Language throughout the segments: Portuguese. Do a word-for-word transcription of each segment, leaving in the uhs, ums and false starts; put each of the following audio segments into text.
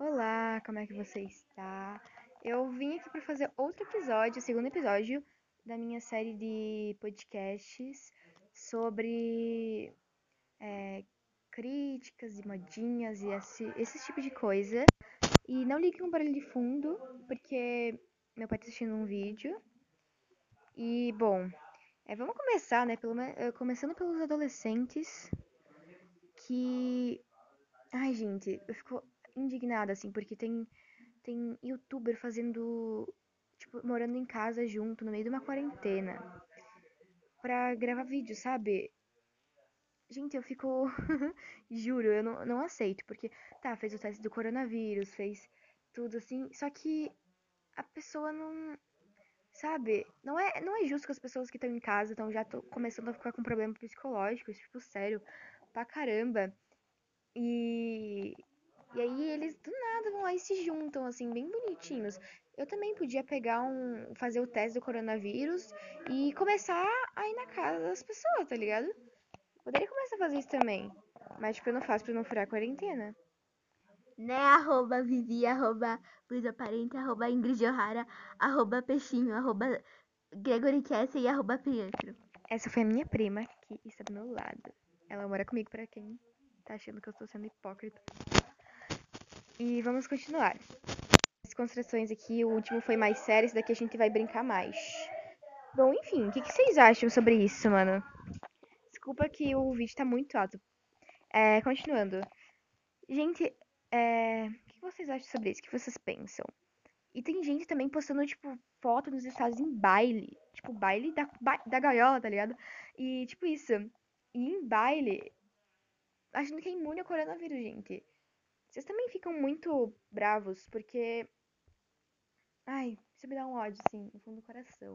Olá, como é que você está? Eu vim aqui para fazer outro episódio, o segundo episódio da minha série de podcasts sobre é, críticas e modinhas e esse, esse tipo de coisa. E não ligue com barulho de fundo, porque meu pai está assistindo um vídeo. E, bom, é, vamos começar, né? Pelo, me- eh, começando pelos adolescentes que. Ai, gente, eu fico indignada, assim, porque tem Tem youtuber fazendo, tipo, morando em casa junto, no meio de uma quarentena, pra gravar vídeo, sabe? Gente, eu fico. Juro, eu não, não aceito, porque, tá, fez o teste do coronavírus, fez tudo assim, só que a pessoa não. Sabe? Não é, não é justo que as pessoas que estão em casa estão já tão começando a ficar com problema psicológico, tipo, sério, pra caramba. E, e aí eles do nada vão lá e se juntam, assim, bem bonitinhos. Eu também podia pegar um, fazer o teste do coronavírus e começar a ir na casa das pessoas, tá ligado? Poderia começar a fazer isso também. Mas, tipo, eu não faço pra não furar a quarentena. Né? Arroba Vivi, arroba Luísa Parente, arroba Ingrid O'Hara, arroba Peixinho, arroba Gregory Cassie e arroba Pietro. Essa foi a minha prima que está do meu lado. Ela mora comigo, pra quem tá achando que eu estou sendo hipócrita. E vamos continuar. As considerações aqui, o último foi mais sério, esse daqui a gente vai brincar mais. Bom, enfim, o que, que vocês acham sobre isso, mano? Desculpa que o vídeo tá muito alto. É, continuando. Gente, é, o que vocês acham sobre isso? O que vocês pensam? E tem gente também postando, tipo, foto nos estados em baile. Tipo, baile da, ba- da gaiola, tá ligado? E, tipo, isso. E em baile, achando que é imune ao coronavírus, gente. Vocês também ficam muito bravos, porque. Ai, isso me dá um ódio, assim, no fundo do coração.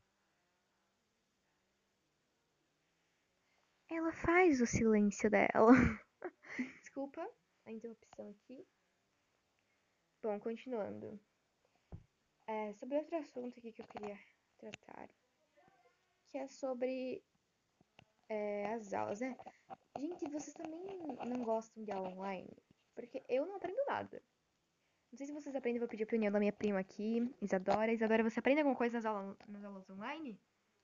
Ela faz o silêncio dela. Desculpa a interrupção aqui. Bom, continuando. É, sobre outro assunto aqui que eu queria tratar, que é sobre é, as aulas, né? Gente, vocês também não gostam de aula online? Porque eu não aprendo nada. Não sei se vocês aprendem, vou pedir a opinião da minha prima aqui, Isadora. Isadora, você aprende alguma coisa nas aulas, nas aulas online?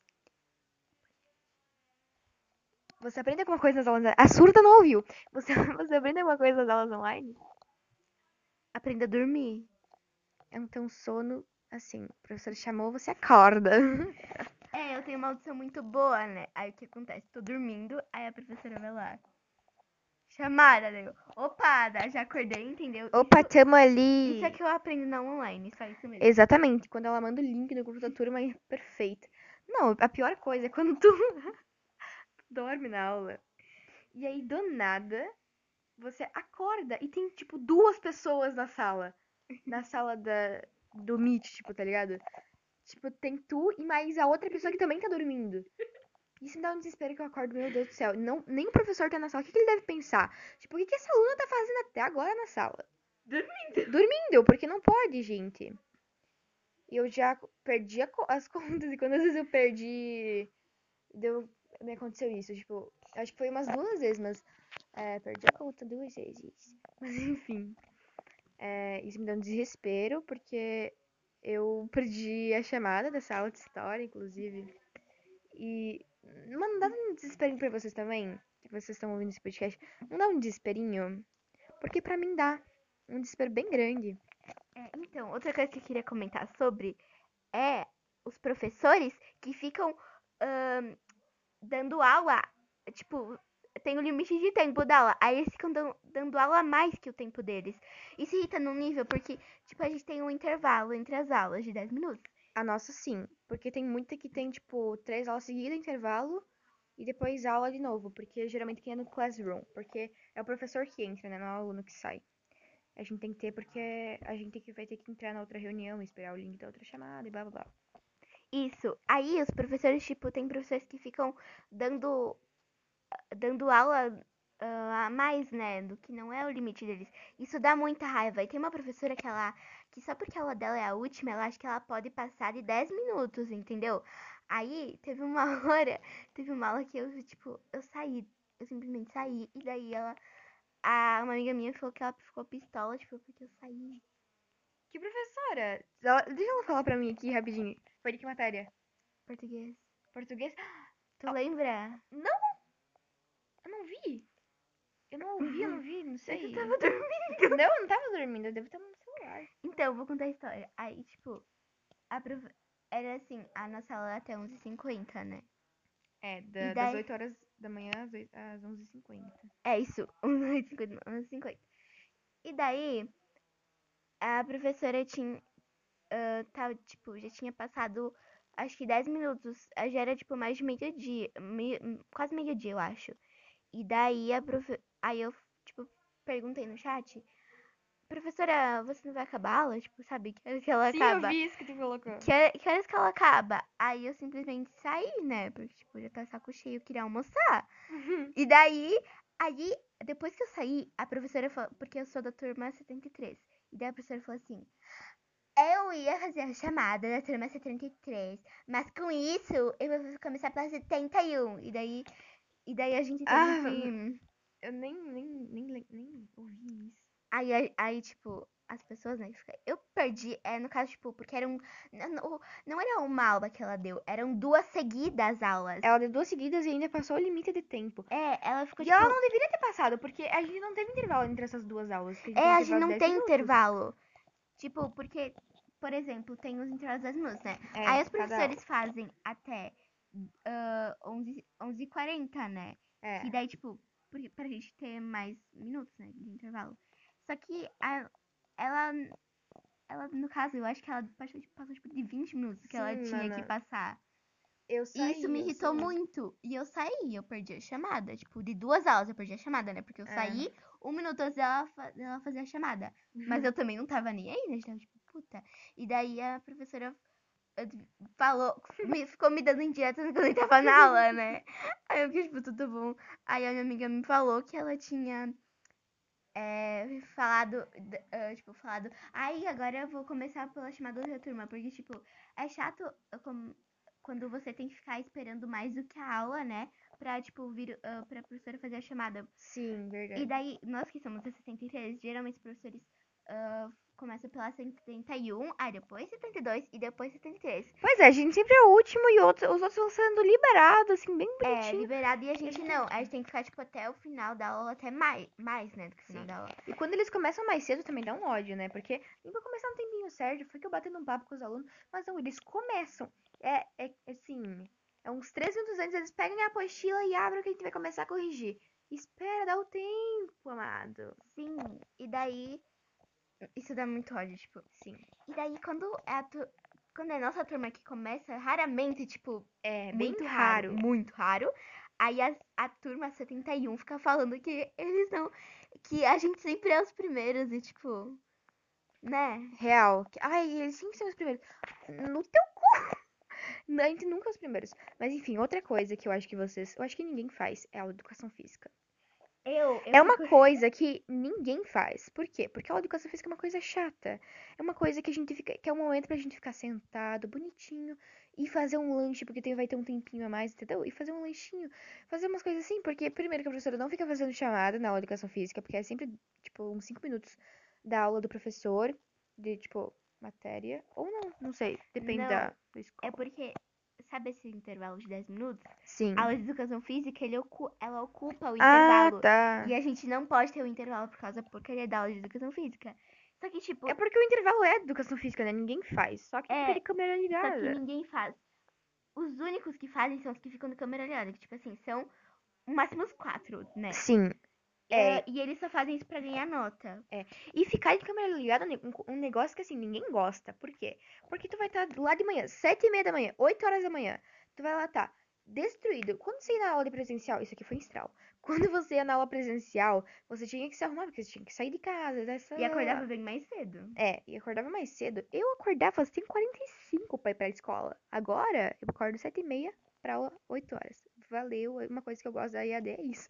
Você aprende alguma coisa nas aulas online? A surda não ouviu. Você, você aprende alguma coisa nas aulas online? Aprenda a dormir. É um tão sono assim. O professor chamou, você acorda. É, eu tenho uma audição muito boa, né? Aí o que acontece? Tô dormindo, aí a professora vai lá. Chamada, né? Opa, já acordei, entendeu? Opa, Isso, tamo isso é ali. que eu aprendo na online, só isso mesmo. Exatamente, quando ela manda o link do grupo da turma é perfeito. Não, a pior coisa é quando tu dorme na aula. E aí, do nada, você acorda e tem, tipo, duas pessoas na sala. Na sala da, do Meet, tipo, tá ligado? Tipo, tem tu e mais a outra pessoa que também tá dormindo. Isso me dá um desespero que eu acordo, meu Deus do céu. Não, nem o professor tá na sala. O que, que ele deve pensar? Tipo, o que, que essa aluna tá fazendo até agora na sala? Dormindo. Dormindo, porque não pode, gente. E eu já perdi a co- as contas. E quantas vezes eu perdi. Deu, me aconteceu isso. Tipo, acho que foi umas duas vezes, mas. É, perdi a conta duas vezes. Mas enfim. É, isso me dá um desespero, porque eu perdi a chamada dessa aula de história, inclusive. E. Mano, não dá um desesperinho pra vocês também? Que vocês estão ouvindo esse podcast? Não dá um desesperinho? Porque pra mim dá. Um desespero bem grande. É, então, outra coisa que eu queria comentar sobre é os professores que ficam ahn, dando aula, tipo, tem um limite de tempo da aula. Aí eles ficam dando, dando aula a mais que o tempo deles. Isso irrita num nível porque, tipo, a gente tem um intervalo entre as aulas de dez minutos. A nossa, sim. Porque tem muita que tem, tipo, três aulas seguidas, intervalo, e depois aula de novo. Porque geralmente quem é no classroom. Porque é o professor que entra, né? Não é o aluno que sai. A gente tem que ter porque a gente que vai ter que entrar na outra reunião, esperar o link da outra chamada e blá blá blá. Isso. Aí os professores, tipo, tem professores que ficam dando, dando aula ah, a mais, né, do que não é o limite deles. Isso dá muita raiva. E tem uma professora que ela, que só porque a aula dela é a última, ela acha que ela pode passar de dez minutos, entendeu? Aí teve uma hora, teve uma aula que eu, tipo, eu saí, eu simplesmente saí, e daí ela a, uma amiga minha falou que ela ficou pistola, tipo, porque eu saí. Que professora? Ela- Deixa ela falar pra mim aqui rapidinho. Foi de que matéria? Português. Português? Tu lembra? Não, eu não vi. Eu não ouvi, eu não vi, não Eu sei. tava dormindo. Não, eu não tava dormindo, eu devo estar no celular. Então, eu vou contar a história. Aí, tipo, a prof... era assim, a nossa aula era até onze e cinquenta, né? É, E da- das daí... oito horas da manhã às, oito, às onze e cinquenta. É isso, onze e cinquenta, onze e cinquenta. E daí, a professora tinha... ah, tava, tipo, já tinha passado, acho que dez minutos. ah, Já era, tipo, mais de meio-dia. meio- quase meio-dia, eu acho. E daí, a profe... Aí eu, tipo, perguntei no chat... Professora, você não vai acabar a aula? Tipo, sabe? Que horas que ela Sim, eu acaba? vi isso que tu colocou. Que, hora- que horas que ela acaba? Aí eu simplesmente saí, né? Porque, tipo, já tá saco cheio, eu queria almoçar. E daí, aí, depois que eu saí, a professora falou, porque eu sou da turma setenta e três. E daí a professora falou assim: eu ia fazer a chamada da turma setenta e três, mas com isso eu vou começar pela setenta e um. E daí, e daí a gente teve Ah, que. eu nem, nem, nem, le- nem ouvi isso. Aí, aí, aí, tipo, as pessoas, né? fica- Eu perdi, é, no caso, tipo, porque eram. Não, não não era uma aula que ela deu, eram duas seguidas aulas. Ela deu duas seguidas e ainda passou o limite de tempo. É, ela ficou, E tipo. ela não deveria ter passado, porque a gente não teve intervalo entre essas duas aulas. Porque a gente É, teve a gente intervalo de não dez tem minutos. intervalo. Tipo, porque, por exemplo, tem os intervalos de dez minutos, né? É, Aí os cada aula. professores fazem até ah, onze, onze e quarenta, né? É. Que daí, tipo, por- pra gente ter mais minutos, né, de intervalo. Só que a- ela, ela, no caso, eu acho que ela passou, tipo, passou, tipo, de vinte minutos que ela Sim, tinha que mano. passar. Eu E isso saí, me eu irritou saí. muito. E eu saí, eu perdi a chamada. Tipo, de duas aulas eu perdi a chamada, né? Porque eu É. saí um minuto antes dela, fa- dela fazer a chamada. Mas eu também não tava nem aí, né? Tava tipo, puta. E daí a professora eh, falou, me, ficou me dando indiretas quando eu tava na aula, né? Aí eu fiquei, tipo, tudo bom. Aí a minha amiga me falou que ela tinha é, falado, d- ah, tipo, falado, ai, agora eu vou começar pela chamada da turma, porque, tipo, é chato ah, como- quando você tem que ficar esperando mais do que a aula, né, pra, tipo, vir, ah, pra professora fazer a chamada. Sim, E verdade. daí, nós que somos da sessenta e três, geralmente os professores ah, começam pela setenta e um, aí depois setenta e dois e depois setenta e três. Pois é, a gente sempre é o último e outro- os outros vão sendo liberados, assim, bem É, bonitinho. liberado, e a gente Eles não, não. a gente tem que ficar, tipo, até o final da aula, até mais, mais, né, do que o final Sim. da aula. E quando eles começam mais cedo também dá um ódio, né? Porque nem pra começar no tempinho certo, foi que eu bati num papo com os alunos, mas não, eles começam. É, é é assim, é uns três minutos antes, eles pegam a apostila e abrem que a gente vai começar a corrigir. Espera, dá o tempo, amado. Sim, e daí isso dá muito ódio, tipo. Sim. E daí quando é a, tu- quando é a nossa turma que começa, raramente, tipo, É bem muito raro, raro. muito raro. Aí a, a turma setenta e um fica falando que eles não. Que a gente sempre é os primeiros e, tipo. Né? Real. Ai, eles sempre são os primeiros. No teu cu! Não, a gente nunca é os primeiros. Mas enfim, outra coisa que eu acho que vocês. Eu acho que ninguém faz é a educação física. Eu, eu É uma fico. coisa que ninguém faz. Por quê? Porque a educação física é uma coisa chata. É uma coisa que a gente fica, que é um momento pra gente ficar sentado, bonitinho, e fazer um lanche, porque tem, vai ter um tempinho a mais, entendeu? E fazer um lanchinho, fazer umas coisas assim, porque primeiro que a professora não fica fazendo chamada na aula de educação física, porque é sempre, tipo, uns cinco minutos da aula do professor, de, tipo, matéria, ou não, não sei, depende da, Não, da é escola. porque. Sabe esse intervalo de dez minutos? A Sim. aula de educação física, ele ocu- ela ocupa o Ah, intervalo. E tá. a gente não pode ter o intervalo por causa da porcaria da aula de educação física. Só que, tipo, É porque o intervalo é educação física, né? Ninguém faz. Só que fica é. de câmera Só que ligada. ninguém faz. Os únicos que fazem são os que ficam de câmera ligada. Que, tipo assim, são no máximo os quatro, né? Sim. É, É, e eles só fazem isso pra ganhar nota. é. E ficar de câmera ligada é um, um negócio que assim, ninguém gosta. Por quê? Porque tu vai estar lá de manhã, sete e meia da manhã, oito horas da manhã. Tu vai lá tá destruído. Quando você ia na aula de presencial, isso aqui foi em Estral. Quando você ia na aula presencial, você tinha que se arrumar, porque você tinha que sair de casa, dessa. E acordava bem mais cedo. É, e acordava mais cedo. Eu acordava às cinco e quarenta e cinco pra ir pra escola. Agora, eu acordo sete e meia pra aula oito horas. Valeu, uma coisa que eu gosto da E A D é isso.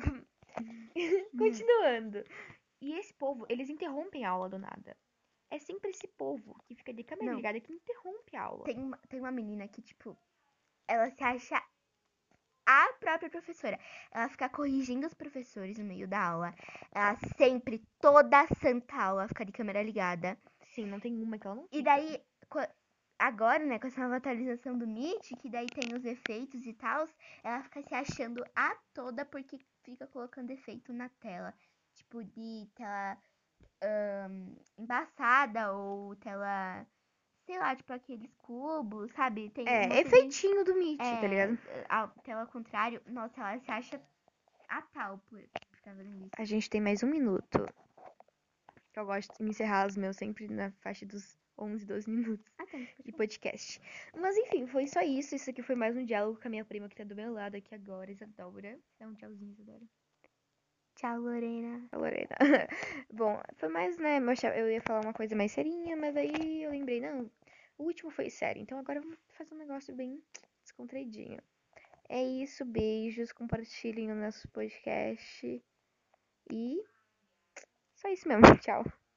Continuando. E esse povo, eles interrompem a aula do nada. É sempre esse povo que fica de câmera Não, ligada que interrompe a aula. tem uma, tem uma menina que, tipo, ela se acha a própria professora. Ela fica corrigindo os professores no meio da aula. Ela sempre, toda santa aula, fica de câmera ligada. Sim, não tem uma que ela não E fica. daí, co- agora, né, com essa nova atualização do Meet, que daí tem os efeitos e tal, ela fica se achando a toda porque fica colocando efeito na tela. Tipo, de tela ahn, embaçada ou tela, sei lá, tipo aqueles cubos, sabe? Tem um É, monte de efeitinho do Meet, tá é, ligado? a tela ao contrário. Nossa, ela se acha a tal por por estar fazendo isso. A gente tem mais um minuto. Eu gosto de encerrar os meus sempre na faixa dos onze, doze minutos Ah, tá, pode de falar. podcast. Mas enfim, foi só isso. Isso aqui foi mais um diálogo com a minha prima que tá do meu lado aqui agora, Isadora. Dá um tchauzinho, Isadora. Tchau, Lorena. A Lorena. Bom, foi mais, né? meu cha- Eu ia falar uma coisa mais serinha, mas aí eu lembrei, não, o último foi sério, então agora vamos fazer um negócio bem descontraidinho. É isso, beijos, compartilhem o nosso podcast e só isso mesmo. Tchau.